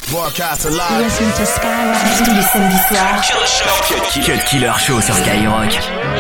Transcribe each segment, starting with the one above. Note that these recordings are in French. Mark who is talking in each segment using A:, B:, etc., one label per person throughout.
A: Broadcast live. Listen to Skyrock. Tous les samedis soirs.
B: Cut Killer Show sur Skyrock.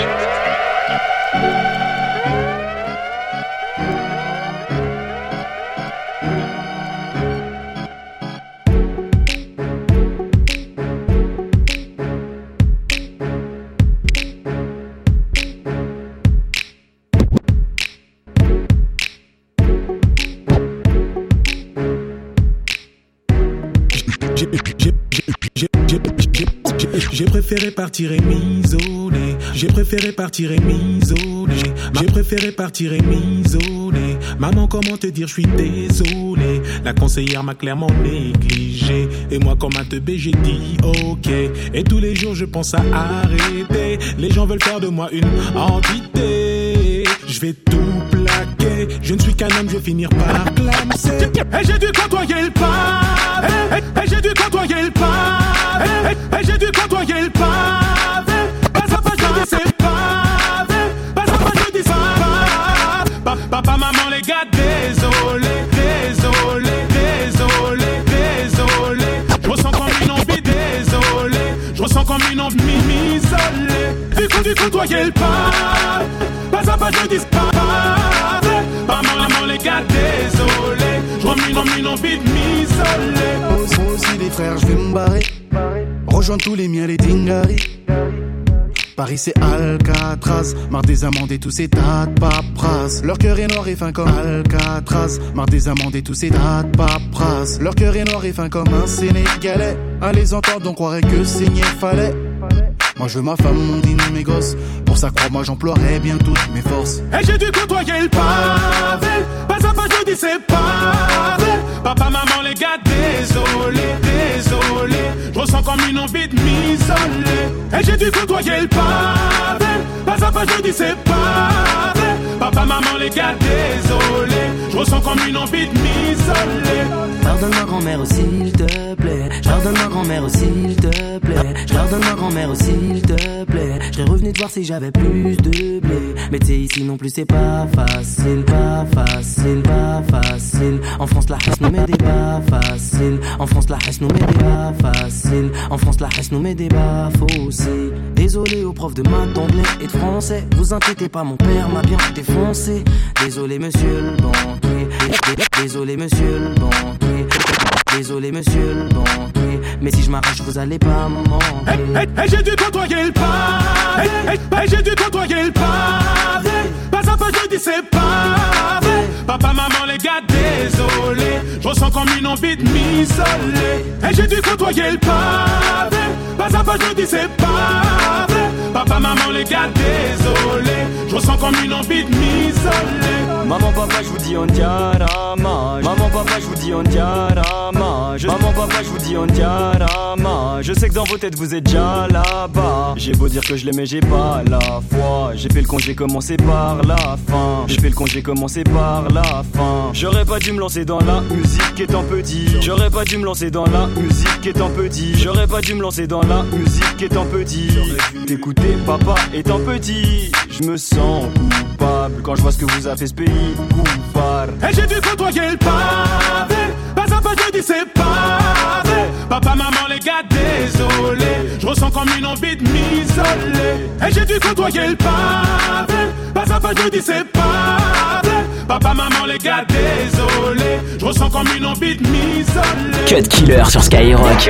C: J'ai préféré partir et m'isoler. J'ai préféré partir et m'isoler. J'ai préféré partir et m'isoler. Maman, comment te dire, je suis désolé. La conseillère m'a clairement négligé. Et moi, comme un teubé, j'ai dit ok. Et tous les jours, je pense à arrêter. Les gens veulent faire de moi une entité. Je vais tout plaquer. Je ne suis qu'un homme, je vais finir par clamser. Et j'ai dû côtoyer le pavé. Et j'ai dû côtoyer le pavé. Et j'ai dû côtoyer le pavé. Pas à pas, je dis c'est pavé. Pas à pas, je dis ça. Papa, maman, les gars, désolé. Désolé, désolé, désolé. Je ressens comme une envie, désolé. Je ressens comme une envie, m'isoler. Du côtoyer le pavé. Pas à pas, je dis pavé. Maman, les gars, désolé. Je remue une envie de m'isoler.
D: Moi aussi des frères, je vais me barrer. Rejoins tous les miens, les Tingari. Paris c'est Alcatraz. Marre des amendes et tous ces tas de paperasses. Leur cœur est noir et fin comme Alcatraz. Marre des amendes et tous ces tas de paperasses. Leur cœur est noir et fin comme un Sénégalais. À les entendre on croirait que saigner fallait. Moi je veux ma femme, mon dîner, mes gosses. Pour ça crois-moi j'emploierai bien toutes mes forces.
C: Et j'ai dû côtoyer le pavé. Pas à pas je dis c'est pavé. Papa, maman, les gars, désolé, désolé. Je ressens comme une envie de m'isoler. Et j'ai dû côtoyer le pavé. Pas à pas je dis c'est pavé. Papa, maman, les gars, désolé. Je ressens comme une envie de m'isoler.
E: Pardonne ma grand-mère s'il te plaît. Je pardonne ma grand-mère s'il te plaît. Je pardonne ma grand-mère s'il te plaît. Je serais revenu te voir si j'avais plus de blé. Mais tu sais ici non plus c'est pas facile. Pas facile, pas facile. En France la haine nous met des bas faciles. En France la haine nous met des bas faciles. En France la haine nous met des bas fossiles. Désolé aux profs de maths, d'anglais et de français. Vous inquiétez pas, mon père m'a bien défoncé. Désolé monsieur le banquier. Désolé monsieur le banquier. Désolé monsieur le banquier. Mais si je m'arrache vous allez pas me manquer.
C: Et j'ai dû côtoyer le pavé. Et j'ai dû côtoyer le pavé. Pas à pas je dis c'est pavé. Papa, maman, les gars, désolé. Je ressens comme une envie de m'isoler. Et j'ai dû côtoyer le pavé. Pas à pas je dis c'est pavé. Papa, maman, les gars, désolé. Je ressens comme une envie de m'isoler.
F: Maman, papa, je vous dis on diarama. Maman, papa, je vous dis on diarama. Maman, papa, je vous dis on diarama. Je sais que dans vos têtes vous êtes déjà là-bas. J'ai beau dire que je l'aimais, j'ai pas la foi. J'ai fait le con, j'ai commencé par la fin. J'ai fait le con, j'ai commencé par la fin. J'aurais pas dû me lancer dans la musique étant petit. J'aurais pas dû me lancer dans la musique étant petit. J'aurais pas dû me lancer dans la musique étant petit. T'écouter papa étant petit. Je me sens coupable quand je vois ce que vous a fait ce pays. Coupable.
C: Et j'ai dû côtoyer le pavé. Pas à pas je dis c'est pavé. Papa, maman, les gars, désolé. Je ressens comme une envie de m'isoler. Et j'ai dû côtoyer le pavé. Pas à pas je dis c'est pavé. Papa, maman, les gars, désolé. Je ressens comme une envie de m'isoler.
B: Cut Killer sur Skyrock.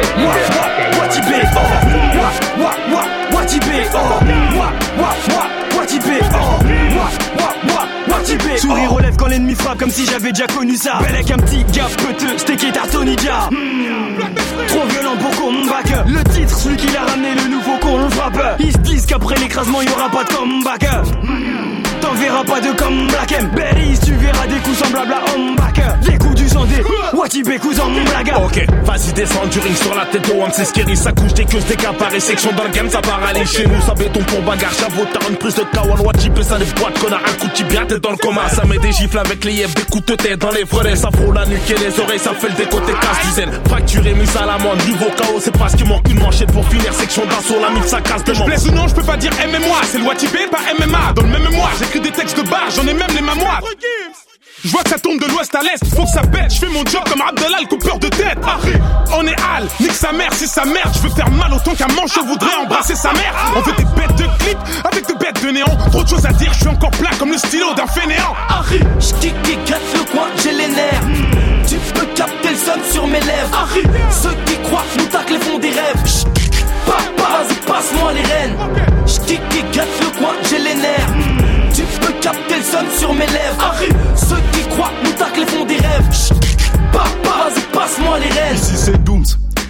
F: Sourire aux lèvres quand l'ennemi frappe comme si j'avais déjà connu ça. Bel avec un petit gaffe peteux, steak et tartonija. Trop violent pour qu'on me back. Le titre, celui qui l'a ramené, le nouveau qu'on le frappe. Ils se disent qu'après l'écrasement y'aura pas de comeback. T'en verras pas de comeback. Berry, tu verras des coups semblables à Homeback. Des coups du sang des Watibé coups en blague.
G: Ok, vas-y descends du ring sur la tête de Wam, c'est scary. Ça couche des queues, des caparets, section dans le game, ça part aller chez nous. Ça béton pour bagarre, j'avoue, t'as une prise de Kawan. Watibé, ça les boîtes, connard, un coup de tibia, t'es dans le coma. Ça met des gifles avec les yeux, des coups de tête dans les volets. Ça frôle la nuque et les oreilles, ça fait le décoté, casse du zen. Fracturé, mise à l'amende, niveau KO, c'est parce qu'il manque une manchette pour finir. Section d'assaut, la mif, ça casse de manche. Blesse ou non, je peux pas dire MMA, c'est le Watibé, pas MMA. Dans le même mémoire, j'écris des textes de barre, j'en ai même les mémoires. Je vois que ça tombe de l'ouest à l'est, faut que ça pète. Je fais mon job comme Abdallah, le coupeur de tête. On est Al, nique sa mère, c'est sa merde. Je veux faire mal autant qu'un manche, je voudrais embrasser sa mère. On fait des bêtes de clips avec des bêtes de néant. Trop de choses à dire, je suis encore plat comme le stylo d'un fainéant.
E: J'kick et gratte le coin, j'ai les nerfs. Tu peux capter le son sur mes lèvres. Ceux qui croient nous taclent les font des rêves. Papa, vas-y, passe-moi les rênes. J'kick et gratte le coin, j'ai les nerfs. Tu peux capter le son sur mes lèvres. Ceux qui croient nous taclent les font des rêves. Papa, vas-y, passe-moi les rênes.
H: Ici c'est Dooms.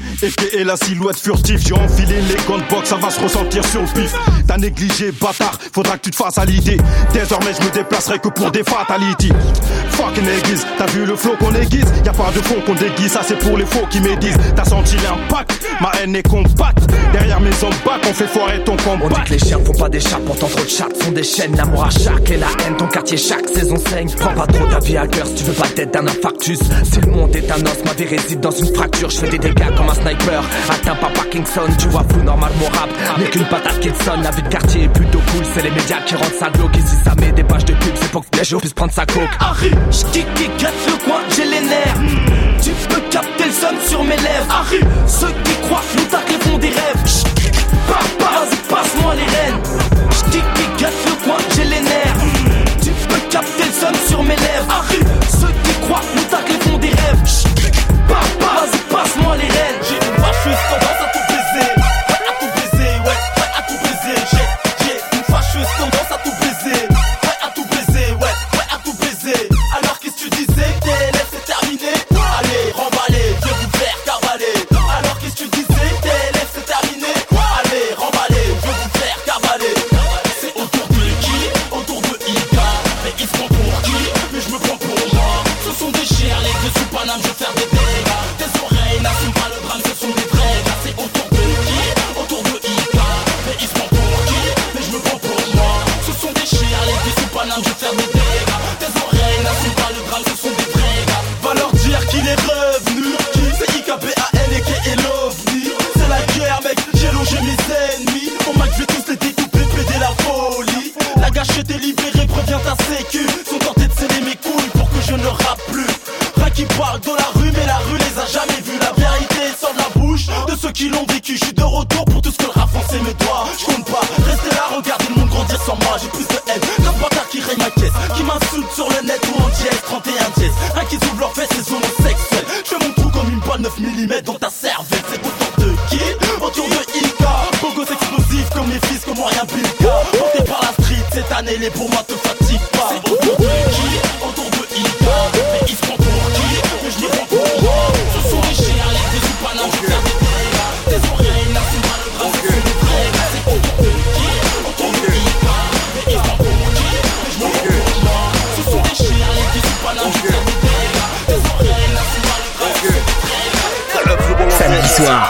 H: Et la silhouette furtive, j'ai enfilé les gants de boxe, ça va se ressentir sur le pif. T'as négligé, bâtard, faudra que tu te fasses à l'idée. Désormais je me déplacerai que pour des fatalities. Fucking aiguise, t'as vu le flow qu'on aiguise? Y'a pas de fond qu'on déguise, ça c'est pour les faux qui médisent. T'as senti l'impact, ma haine est compacte. Derrière mes hommes back, on fait foirer ton combat.
B: On dit que les chiens font pas des chats, pourtant trop de chats font des chaînes. L'amour à chaque et la haine, ton quartier chaque saison saigne. Prends pas trop ta vie à cœur si tu veux pas tête d'un infarctus. Si le monde est un os, ma vie réside dans une fracture. Je fais des dégâts comme un sniper, atteint par Parkinson. Tu vois flou, normal, mon rap n'est qu'une patate qui te sonne. La vie de quartier est plutôt cool, c'est les médias qui rendent ça glauque. Ici ça met des pages de pub, c'est pour que les gens puissent prendre sa coke.
E: J'kick et gratte le coin, j'ai les nerfs. Tu peux capter le son sur mes lèvres. Ceux qui croient nous taclent les font des rêves. Papa, vas-y, passe-moi les rênes. J'kick et gratte le coin, j'ai les nerfs. Tu peux capter le son sur mes lèvres. Ceux qui croient nous taclent les font des rêves. Papa, vas-y, passe-moi les rênes.
I: J'ai une fâcheuse tendance à tout baiser. À tout baiser, ouais, à tout baiser. J'ai une fâcheuse tendance à tout baiser. À tout baiser, ouais, à tout baiser. Alors qu'est-ce que tu disais? TLF c'est terminé. Allez, remballez, je vais vous faire cavaler. Alors qu'est-ce que tu disais? TLF c'est terminé. Allez, remballez, je vais vous faire cavaler. C'est autour de qui? Autour de Ika. Mais ils se prend pour qui? Mais je me prends pour moi. Ce sont des chers, les deux sous Paname, je vais faire des dégâts. Tes oreilles n'assument pas le drame, ce sont des vrais gars. C'est autour de qui? Autour de Ika. Mais ils se prend pour qui? Mais je me prends pour moi. Ce sont des chers, les deux sous Paname, je vais faire des dégâts. Tes oreilles n'assument pas le drame, ce sont des vrais gars. Va leur dire qu'il est revenu. C'est IKBAN et qui est l'OVNI. C'est la guerre, mec, j'ai logé mes ennemis. Au Mac, je vais tous les découper, péder la folie. La gâchette est libérée, préviens ta sécu. Sont tentés de sceller mes couilles pour que je ne rappe plus. Rien qui parle de la rue, mais la rue les a jamais vus. La vérité sort de la bouche de ceux qui l'ont vécu. Je suis de retour pour tout ce que le rap français me doit. Je compte pas, restez là, regardez le monde grandir sans moi. J'ai plus de haine qu'un bâtard qui raye ma caisse, qui m'insulte sur le net ou en dièse, 31 dièse. Un qui s'ouvre leur fesses, c'est homosexuel. Je fais mon trou comme une balle 9 mm dans ta cervelle. C'est autour de qui? Autour de Ika. Bogos explosif comme mes fils, comme moi rien Bilka. Porté par la street, cette année les pour moi te fatigue pas. C'est autour de qui? Autour de Ika. Mais ils se prend pour qui? Mais je me prends pour moi. Ce sont les chiens, les deux sous Paname, je vais faire des dégâts. Tes oreilles n'assument pas le drame, ce sont des vrais gars. C'est autour de qui? Autour de Ika. Mais ils se prend pour qui? Mais je me prends pour moi. Ce sont les chiens, les deux sous Paname, je vais faire des dégâts. Tes oreilles n'assument pas le drame, ce sont des vrais gars.
B: Samedi soir,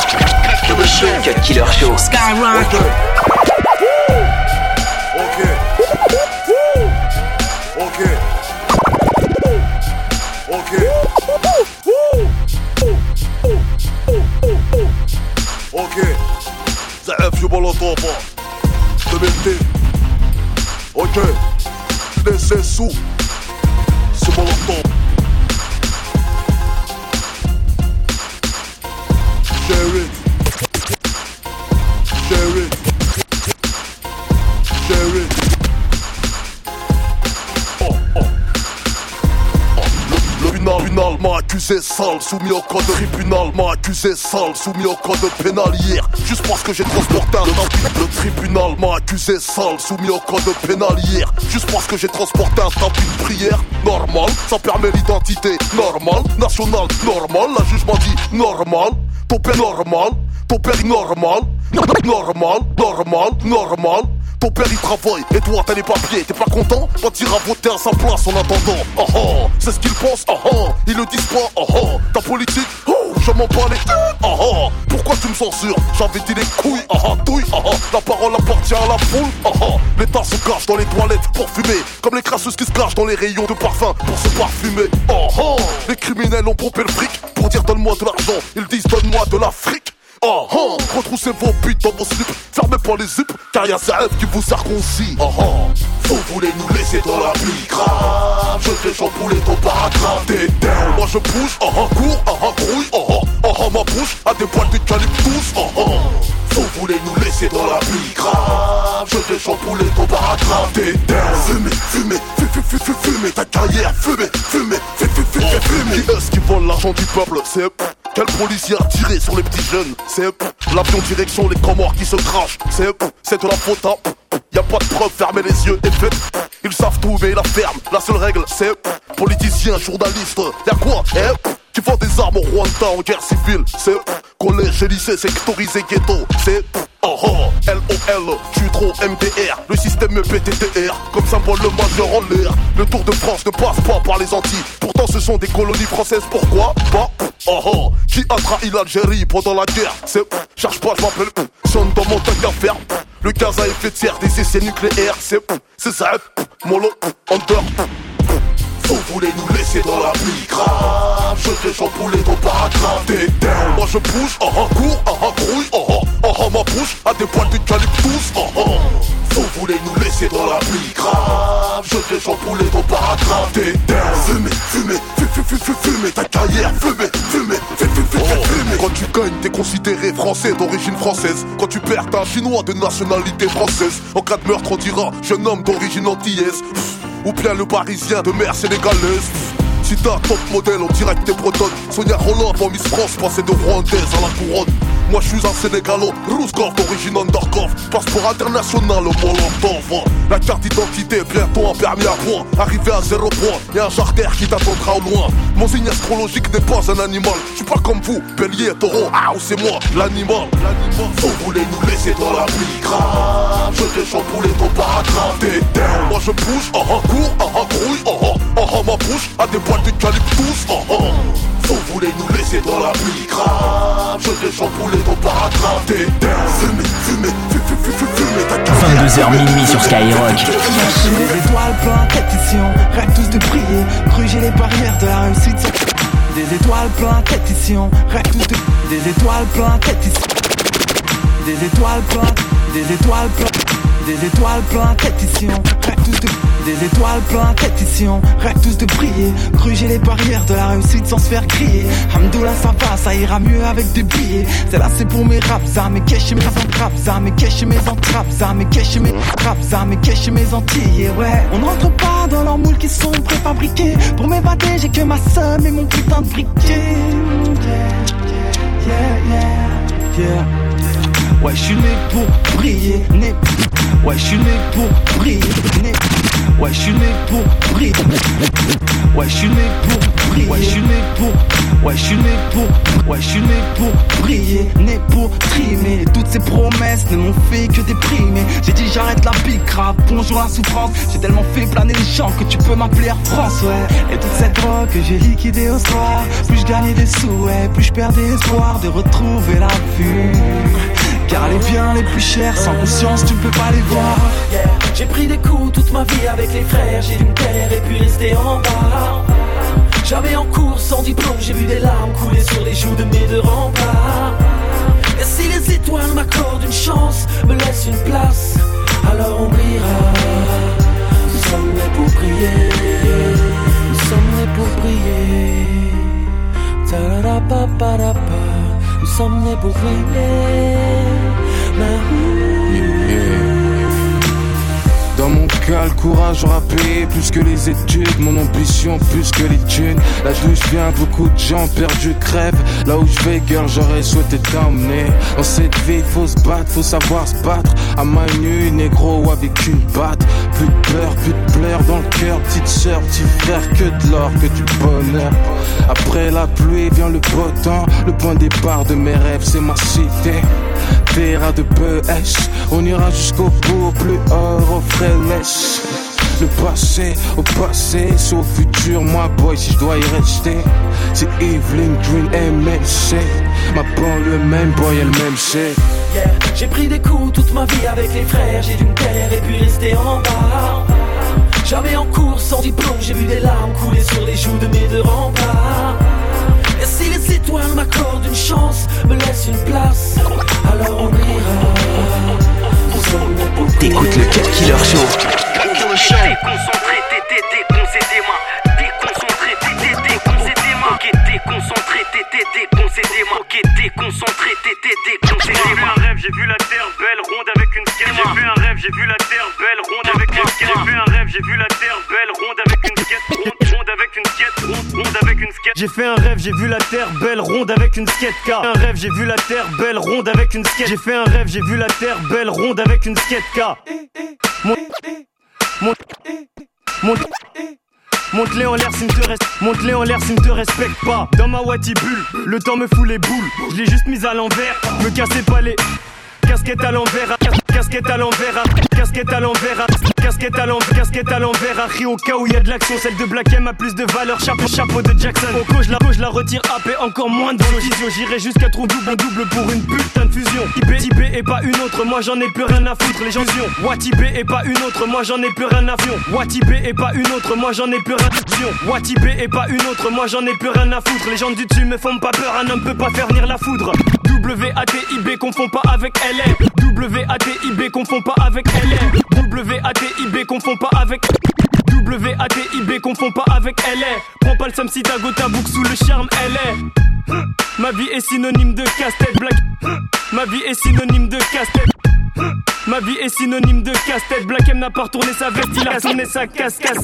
B: Cut Killer Show.
A: Skyrock.
J: زعف في بلاطوفة دمنتي اوكي نسيسو سي بلاطوف share it share it share it Le tribunal m'a accusé sale, soumis au code tribunal m'a accusé sale, soumis au code pénal hier, juste parce que j'ai transporté un tapis. Le tribunal m'a accusé sale, soumis au code pénal hier, juste parce que j'ai transporté un tapis de prière. Normal, ça permet l'identité. Normal, national, normal, la juge m'a dit normal. Ton père normal, ton père normal. Normal, normal, normal. Ton père il travaille et toi t'as les papiers. T'es pas content? Toi t'iras voter à sa place en attendant. Oh oh, c'est ce qu'ils pensent. Oh oh, ils le disent pas. Oh oh, ta politique, oh, je m'en bats les. Oh oh, pourquoi tu me censures? J'avais dit les couilles. Oh oh, douille. Oh oh, la parole appartient à la foule. Oh oh, l'État se cache dans les toilettes pour fumer, comme les crasseuses qui se cachent dans les rayons de parfum pour se parfumer. Oh oh, les criminels ont pompé le fric pour dire donne-moi de l'argent. Ils disent donne-moi de l'Afrique. Retroussez vos buts dans vos slips, fermez pas les zips, car y'a Zaev qui vous circoncis. Vous voulez nous laisser dans la pluie grave, je fais chambouler ton paragraphe. T'es down, moi je bouge, cours, grouille, ma bouche a des poils d'eucalyptus. Vous voulez nous laisser dans la pluie grave, je fais chambouler ton paragraphe. T'es down, fumez ta carrière, fumez. Qui est-ce qui vole l'argent du peuple? C'est quel policier a tiré sur les petits jeunes? C'est l'avion direction les Comores qui se crachent. C'est de la faute à y'a pas de preuve, fermez les yeux et faites. Ils savent tout mais ils la ferment. La seule règle c'est politiciens, journalistes. Y'a quoi qui vend des armes au Rwanda en guerre civile? C'est collège et lycée sectorisé ghetto. C'est LOL, Jutro, MDR. Le système PTTR, comme symbole le majeur en l'air. Le Tour de France ne passe pas par les Antilles. Pourtant ce sont des colonies françaises, pourquoi pas? Qui a trahi l'Algérie pendant la guerre? C'est cherche pas, je m'appelle Sean dans montagne à faire. Le gaz à effet de serre des essais nucléaires. C'est ça, mollo, under. Vous voulez nous laisser dans la pluie grave, je fais chambouler ton paragraphe. T'es down, moi je bouge, cours, grouille, ma bouche a des poils d'eucalyptus. Vous voulez nous laisser dans la pluie grave, je fais chambouler ton paragraphe. T'es down, fumez ta carrière, fumez. Quand tu gagnes, t'es considéré français d'origine française. Quand tu perds, t'es un chinois de nationalité française. En cas de meurtre, on dira jeune homme d'origine antillaise. Ou bien le parisien de mère sénégalaise. Si t'as un top modèle, on dirait que t'es bretonne. Sonia Roland avant Miss France, passée de rwandaise à la couronne. Moi je suis un Sénégalo, Rousgov d'origine undercover. Passeport international au Molotov. La carte d'identité, bientôt un permis à point. Arrivé à 0 point, y'a un jardin qui t'attendra au loin. Mon signe astrologique n'est pas un animal. Je suis pas comme vous, bélier, taureau, c'est moi, l'animal. Vous voulez nous laisser dans la pluie grave, je fais chambouler ton paragraphe. T'es down, moi je bouge, cours, grouille, ma bouche a des poils d'eucalyptus. Vous voulez nous laisser dans la pluie grave, je fais chambouler ton paragraphe. T'es down, fumez ta carrière.
A: 22h minuit sur Skyrock.
K: Les étoiles plein pétition, rêve tous de briller, gruger les barrières de la réussite. Des étoiles plein pétition, rêve tous de. Des étoiles plein pétition. Des étoiles plein, des étoiles plein. Des étoiles plein pétition, rêve tous de. Des étoiles plein pétition, rêve tous de briller, gruger les barrières de la réussite sans se faire crier. Hamdoullah ça va, ça ira mieux avec des billets. C'est là c'est pour mes raps, mes caches mes entraves, mes caches mes entraves, mes caches mes raps, mes caches mes antilles. Ouais, on rentre pas dans leurs moules qui sont préfabriqués. Pour m'évader j'ai que ma somme et mon putain de briquet. Yeah. Ouais, je suis né pour briller, ouais, je suis né pour briller, ouais, je suis né pour briller, ouais, je suis né pour briller, ouais, je suis né pour, ouais, je suis né pour, ouais, je suis né pour briller, né pour trimer. Toutes ces promesses ne m'ont fait que déprimer. J'ai dit j'arrête la big rap, bonjour la souffrance. J'ai tellement fait planer les champs que tu peux m'appeler Air France, ouais. Et toute cette drogue que j'ai liquidée au soir, plus je gagnais des sous, ouais, plus je perdais espoir de retrouver la vue. Car les biens les plus chers, sans conscience tu ne peux pas les voir.
L: J'ai pris des coups toute ma vie avec les frères. J'ai dû me taire et puis rester en bas. J'avais en cours sans diplôme, j'ai vu des larmes couler sur les joues de mes deux remparts. Et si les étoiles m'accordent une chance, me laissent une place, alors on brillera. Nous sommes nés pour briller, nous sommes nés pour briller. Ta-da-da-pa-pa-da-pa. Nous sommes nés pour briller.
M: Dans mon cas, le courage aura payé plus que les études, mon ambition plus que les thunes. Là d'où je viens, beaucoup de gens perdus crèvent. Là où je vais, girl, j'aurais souhaité t'emmener. Dans cette vie, faut se battre, faut savoir se battre. À main nue, négro avec une batte. Plus de peur, plus de pleurs dans le cœur. Petite sœur, petit frère, que de l'or, que du bonheur. Après la pluie vient le beau temps. Le point de départ de mes rêves, c'est ma cité. Terra de BS, on ira jusqu'au bout, plus haut, au frais laisse. Le passé, au passé, c'est au futur, moi boy, si je dois y rester. C'est Evelyn Green, MSC. Ma banlieue même boy, elle même c'est.
L: J'ai pris des coups toute ma vie avec les frères. J'ai dû me taire et puis rester en bas. J'avais en cours sans diplôme, j'ai vu des larmes couler sur les joues de mes deux remparts. Et si les étoiles m'accordent une chance, me laissent une place, alors on ira.
B: T'écoutes le Cut Killer Show.
N: Déconcentré, t'étais déconcédé-moi. Déconcentré, t'étais déconcédé-moi. Ok, déconcentré, t'étais déconcédé-moi. Ok, déconcentré, t'étais déconcédé-moi. J'ai fait un rêve, j'ai vu la terre belle, ronde avec une skate. J'ai fait un rêve, j'ai vu la terre belle, ronde avec une skate. J'ai fait un rêve, j'ai vu la terre belle, ronde avec une skate. Ronde avec une skate, ronde avec une skate. J'ai fait un rêve, j'ai vu la terre belle, ronde avec une skate. Un rêve, j'ai vu la terre belle, ronde avec une skate. J'ai fait un rêve, j'ai vu la terre belle, ronde avec une skate. Monte-les en l'air s'il ne te respecte pas. Dans ma Wati bulle, le temps me fout les boules. Je l'ai juste mise à l'envers, me cassez pas les casquettes à l'envers, casquette à l'envers, casquette à l'envers, casquette à l'envers, casquette à l'envers. À Rio, au cas où y a de l'action, celle de Black M a plus de valeur. Chapeau de Jackson. Au co, je la retire AP, encore moins de vision. J'irai jusqu'à trop double pour une putain de fusion. IB et pas une autre, moi j'en ai plus rien à foutre. Les gens Wati B et pas une autre, moi j'en ai plus rien à foutre. Wati B et pas une autre, moi j'en ai plus rien à foutre. Wati B et pas une autre, moi j'en ai plus rien à foutre. Les gens du dessus me font pas peur, un homme peut pas faire venir la foudre. WATIB confond pas avec LR. WATIB confond pas avec LR. WATIB confond pas avec WATIB confond pas avec LR. Prends pas le Sam si ta go ta boucle sous le charme LR. Ma vie est synonyme de casse-tête Black. Ma vie est synonyme de casse-tête. Ma vie est synonyme de casse-tête. Black M n'a pas retourné sa veste, il a retourné sa casquette.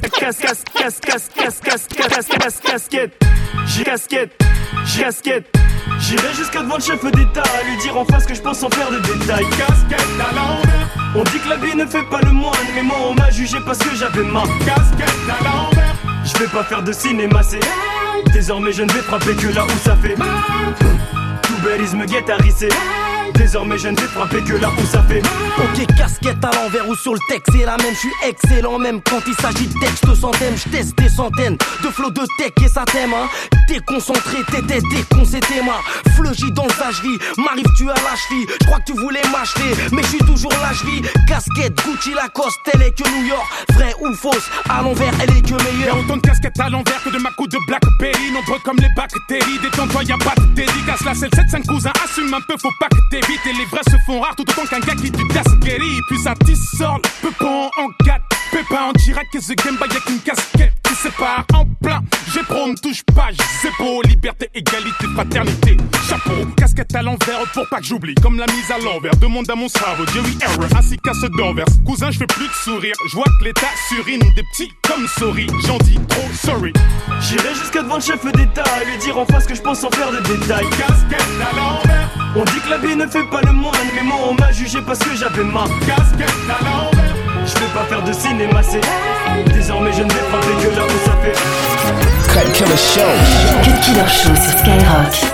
N: J'irai jusqu'à devant le chef d'État à lui dire en face que je pense sans faire de détails. Casquette à l'envers. On dit que la vie ne fait pas le moine, mais moi on m'a jugé parce que j'avais marre. Casquette à l'envers. Je vais pas faire de cinéma, c'est désormais je ne vais frapper que là où ça fait mal. Tout belise me guette à risser. Désormais je ne vais frapper que là où ça fait mal.
E: Ok, casquette à l'envers ou sur le texte, c'est la même, je suis excellent même quand il s'agit de texte sans thème, je teste des centaines de flots de tech et ça t'aime hein. Déconcentré, t'étais déconcédé moi. Fleugy dans le sagerie, m'arrive tu à lâcherie. Je crois que tu voulais m'acheter, mais je suis toujours lâcherie. Casquette, Gucci, Lacoste, elle est que New York. Vrai ou fausse, à l'envers, elle est que meilleure.
C: Y'a autant de casquettes à l'envers que de Macou de Blackberry. Nombreux comme les bactéries, détends-toi, y'a pas de dédicace. Là c'est le 7-5 cousin, assume un peu, faut pas que t'évites. Et les vrais se font rares tout autant qu'un gars qui du das guérit. Puis ça tissort, peu con en 4. Pépin en direct que The Game Boy avec une casquette qui sépare en plein. J'ai pro, me touche pas, c'est beau. Liberté, égalité, fraternité. Chapeau, casquette à l'envers pour pas que j'oublie. Comme la mise à l'envers, demande à mon cerveau. Joey Error, ainsi qu'à ceux d'Anvers. Cousin, je fais plus de sourire. Je vois que l'état surine des petits comme Sorry. J'en dis trop sorry.
F: J'irai jusqu'à devant le chef d'État à lui dire en face que je pense sans faire de détails.
C: Casquette à l'envers.
F: On dit que la vie ne fait pas le moine, mais moi on m'a jugé parce que j'avais marre.
C: Casquette à l'envers.
F: Je vais pas faire de cinéma, c'est désormais je ne vais frapper que là où ça fait.
B: Cut Killer Show.
A: Cut Killer Show sur Skyrock.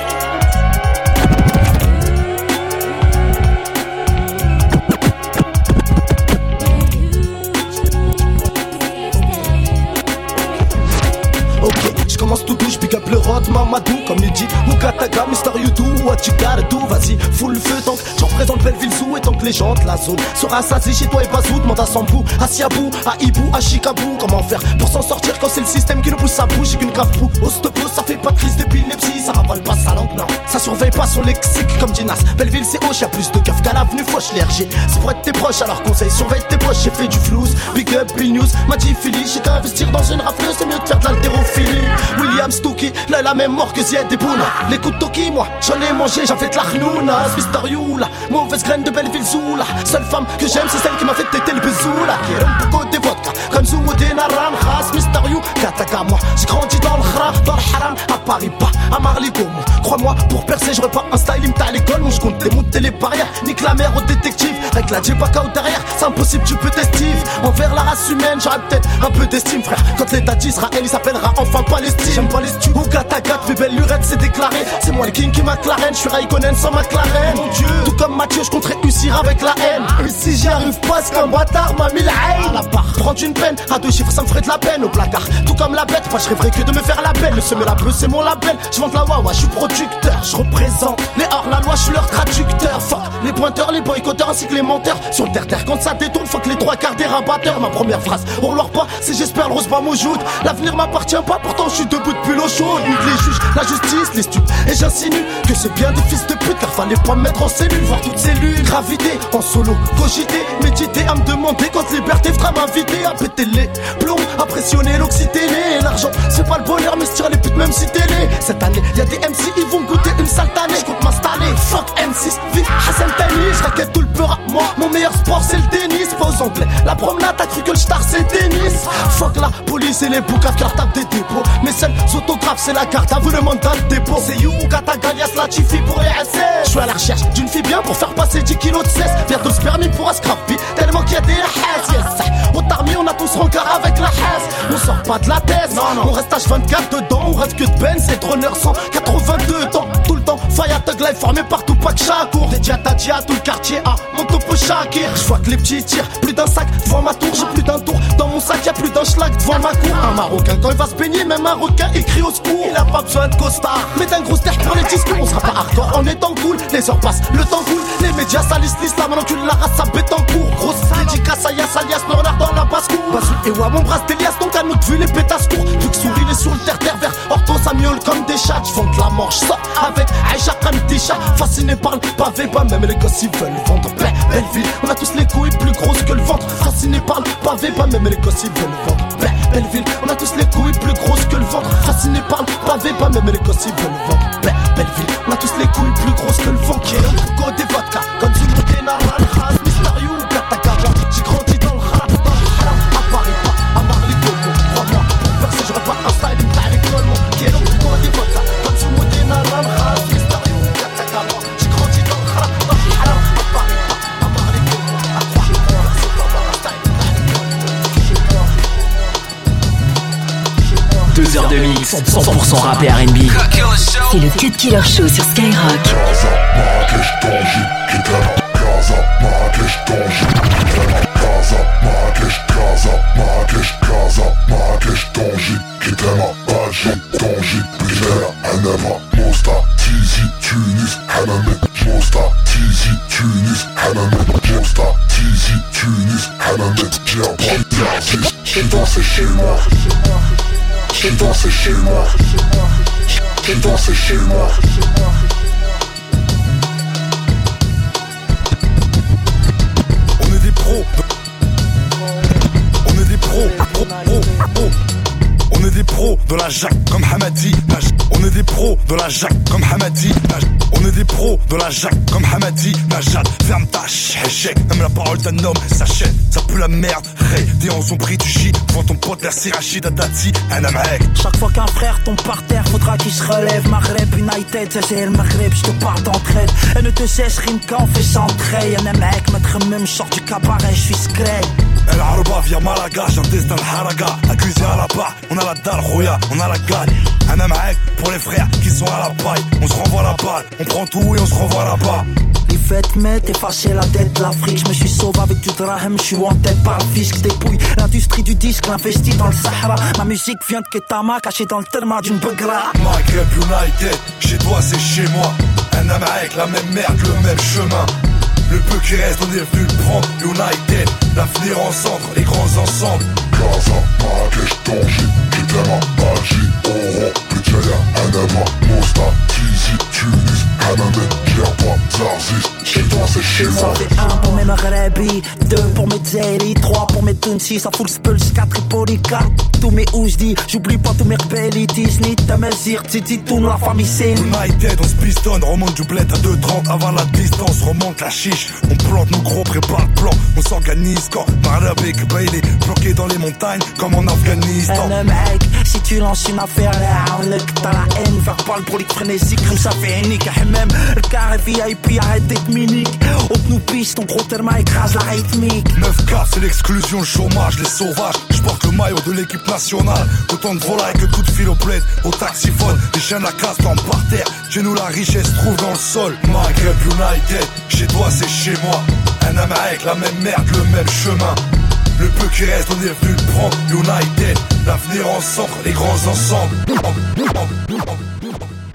L: Je commence tout douche, pick up le rod, Mamadou, comme il dit, Mukataka, Mister You do what you gotta do, vas-y, full le feu, tant que j'en représente Belleville Zoo et tant que les gens de la zone sera assassinés chez toi et pas où, demande à Sambou, à Siabou, à Hibou, à Chicabou, comment faire pour s'en sortir quand c'est le système qui nous pousse à bouche et qu'une grave proue, au stop, ça fait pas de crise d'épilepsie, ça ravale pas sa langue, non, ça surveille pas son lexique comme Dinas, Belleville c'est hoche, y'a plus de keufs qu'à l'avenue Foch, les RG, c'est pour être tes proches, alors conseil, surveille tes proches, j'ai fait du flouze, big up, Bill News, m'a dit Philly, j'ai qu'à investir dans une rafleuse, c'est mieux de faire de l'haltérophilie. William Stookie, là la même mort que Zied et Bouna. Les coups de Toki, moi, j'en ai mangé, j'en fait de la rnouna. Mister You, la mauvaise graine de Belleville Zoo, la seule femme que j'aime, c'est celle qui m'a fait téter le bezou, la qui est un peu côté vodka, comme Zoumou Denaran, Khas, Mister You, Kataka, moi, j'ai grandi dans le khrar, dans le haram, à Paris, pas à Marlico, crois-moi, pour percer, j'aurais pas un style, il me t'a à l'école, moi, je compte démonter les barrières, nique la mère au détective, avec la Djebaka au derrière, c'est impossible, tu peux t'estive, envers la race humaine, j'aurais peut-être un peu d'estime, frère, quand l'état d'Israël, il s'appellera enfin Palestine, j'aime pas les stu, ou Kataka, fais belle lurette, c'est déclaré, c'est moi le king qui McLaren, je suis Raikkonen sans McLaren, mon Dieu, tout comme Mathieu, je compte réussir avec la haine, et si j'y arrive pas, c'est qu'un bâtard m'a mis la haine, à la part, prendre une peine, à 2 chiffres, ça me ferait de la peine au placard, tout comme la bête, moi je rêverais que de me faire la peine, le semer la peu, c'est moi
O: mon label, je vends la wawa, je suis producteur, je représente les hors-la-loi, je suis leur traducteur. Fuck les pointeurs, les boycotteurs ainsi que les menteurs. Sur le terre-terre, quand ça détourne, fuck les trois quarts des rabatteurs. Ma première phrase, on leur pas, c'est j'espère le rose pas m'aujoute. L'avenir m'appartient pas, pourtant je suis debout depuis l'eau chaude. Nique les juges, la justice, les stupes. Et j'insinue que c'est bien des fils de pute, car fallait pas me mettre en cellule, voir toutes cellules. Gravité, en solo, cogiter, méditer, à me demander quand liberté fera m'inviter à péter les plombs, à pressionner l'oxyténé. L'argent, c'est pas le bonheur, mais se tire les putes même si t'es né. Cette année, y'a des MC, ils vont goûter une sale année. J'compte m'installer, fuck M6, vive Hassan Tani. J'raquette tout le peur à moi, mon meilleur sport c'est le tennis. Pas aux anglais, la promenade, t'as cru que le star c'est tennis. Fuck la police et les boucaves qui leur tapent des dépôts. Mes seuls autographes c'est la carte, à vous le mandat de dépôt. C'est you, Katagalias, la Tifi pour les SS. J'suis à la recherche d'une fille bien pour faire passer 10 kilos de cesse. Bientôt ce permis pour un scrappy, tellement qu'il y a des hass, yes. Au tarmi on a tous rencard avec la hass. On sort pas de la thèse, non. On reste H24 dedans, on rêve que de Benz et Droneur 182 temps. Tout le temps, Faya Thug Life formé partout, pas que chaque cours. Des Diatadia, tout le quartier A, mon topo Shakir. J'vois que les petits tirent, plus d'un sac devant ma tour. J'ai plus d'un tour, dans mon sac y'a plus d'un schlag devant ma cour. Un Marocain quand il va se baigner, même un requin écrit au secours. Il a pas besoin de costard, mais d'un gros terre pour les discours. On sera pas hardcore en étant cool, les heures passent, le temps coule. Les médias salissent l'islam, on encule la race, ça bête en cours. Grosse dédicace à Yass alias Bernard dans la basse-cour. Bazou et Wa, mon bras d'Elias, donc à notre vue les pétasses courent. Vu que souris les sur le terre-terre vert, Horton ça miaule comme des chats. J'vente la manche, sort avec Aïcha Khamtisha. Fasciné par le pavé, pas même les gosses ils veulent vendre. Belle ville, on a tous les couilles plus grosses que le ventre. Fasciné par le pavé, pas même les gosses ils veulent vendre. Belle ville, on a tous les couilles plus grosses que le ventre. Fasciné par le pavé, pas même les gosses ils veulent vendre. Belle ville, on a tous les couilles plus grosses que le ventre. Go des vodka, comme du Modena, Al-Khaz, Mysterio, Katagaja. J'ai grandi dans le rap, dans le haram. À Paris, pas à Marly-Gogo. Crois-moi, pour percer, j'aurais pas un style, une taille avec tout le monde. Go des vodka, comme du Modena, Al-Khaz, Mysterio, Katagaja. J'ai grandi dans le rap, dans le haram. À Paris, pas à Marly-Gogo. À croire, pour percer, j'aurais pas un style, une taille avec tout le monde.
A: 2 heures de mix, 100% rap et R&B. C'est le Cut Killer Show sur Skyrock.
J: J'ai dansé chez moi. J'ai dansé chez moi. J'ai dansé chez moi.
P: On est des pros. On est des pros. On est des pros de la Jacques comme Hamadi. On est des pros de la Jacques comme Hamadi. On est des pros de la Jacques comme Hamadi. Najad, ferme ta chèque. Même la parole d'un homme s'achète. Ça pue la merde. Ray, des hanches ont pris du shit. Devant ton pote, l'air c'est Rachid Adati. Un amèque.
K: Chaque fois qu'un frère tombe par terre, faudra qu'il se relève. Maghreb United, ça c'est le Maghreb, je te parle d'entraide. Elle ne te cesse, Rimka, on fait s'entrer. Un amèque, mettre même, sort du cabaret, je suis scred.
P: El Arba via Malaga, j'ai un destin le Haraga. La cuisine à la barre, on a la dalle, Roya, on a la gagne. Un amèque pour les frères qui sont à la paille. On se renvoie la balle, on prend tout et on se renvoie là-bas.
K: Les vêtements, effacer la dette de l'Afrique. Je me suis sauvé avec du drahem, je suis en tête par le fisc. Dépouille l'industrie du disque, l'investi dans le Sahara. Ma musique vient de Ketama, cachée dans le terma d'une begra.
P: Maghreb United, chez toi c'est chez moi. Un amèque, la même merde, le même chemin. Le peu qui reste, on est venu le prendre. United, l'avenir ensemble, les grands ensemble.
J: Gaza, Marrakech, Tanger, Kitama, Baji, Oran, Pétaya, Anama, Mosta, Tizi, Tunis, Hanamet, Djerba, Zarzis. Chez toi c'est chez moi.
K: Ça fait 1 pour mes Maghrebi, 2 pour mes Zéli, 3 pour mes Tunsi, ça fout le Spulse, 4 Tripoli, 4 tous mes Oujdi, j'oublie pas tous mes rebellis, Disney, Tamazir, Titi, tout la famille c'est
P: United, on se pistonne, remonte du bled à 2,30 avant la distance, remonte la chiche, on plante nos gros, prépare le plan, on s'organise quand Marabek, Bailey, bloqué dans les montagnes comme en Afghanistan.
K: Mec, si tu lances une affaire là, on est que t'as la haine, faire parle pour les frénésiques, comme ça fait unique, même le carré VIP, arrête d'être minique, on nous pisse, ton gros therma écrase la rythmique.
P: 9K, c'est l'exclusion, le chômage, les sauvages, je porte le maillot de l'équipe nationale, autant de volailles que de coups de fil au bled, au taxiphone, les chiens de la casse tombent par terre, chez nous la richesse trouve dans le sol. Maghreb United, chez toi c'est chez moi, un amèque, la même merde, le même chemin. Le peu qui reste, on est venu le prendre. United, l'avenir ensemble, les grands ensemble.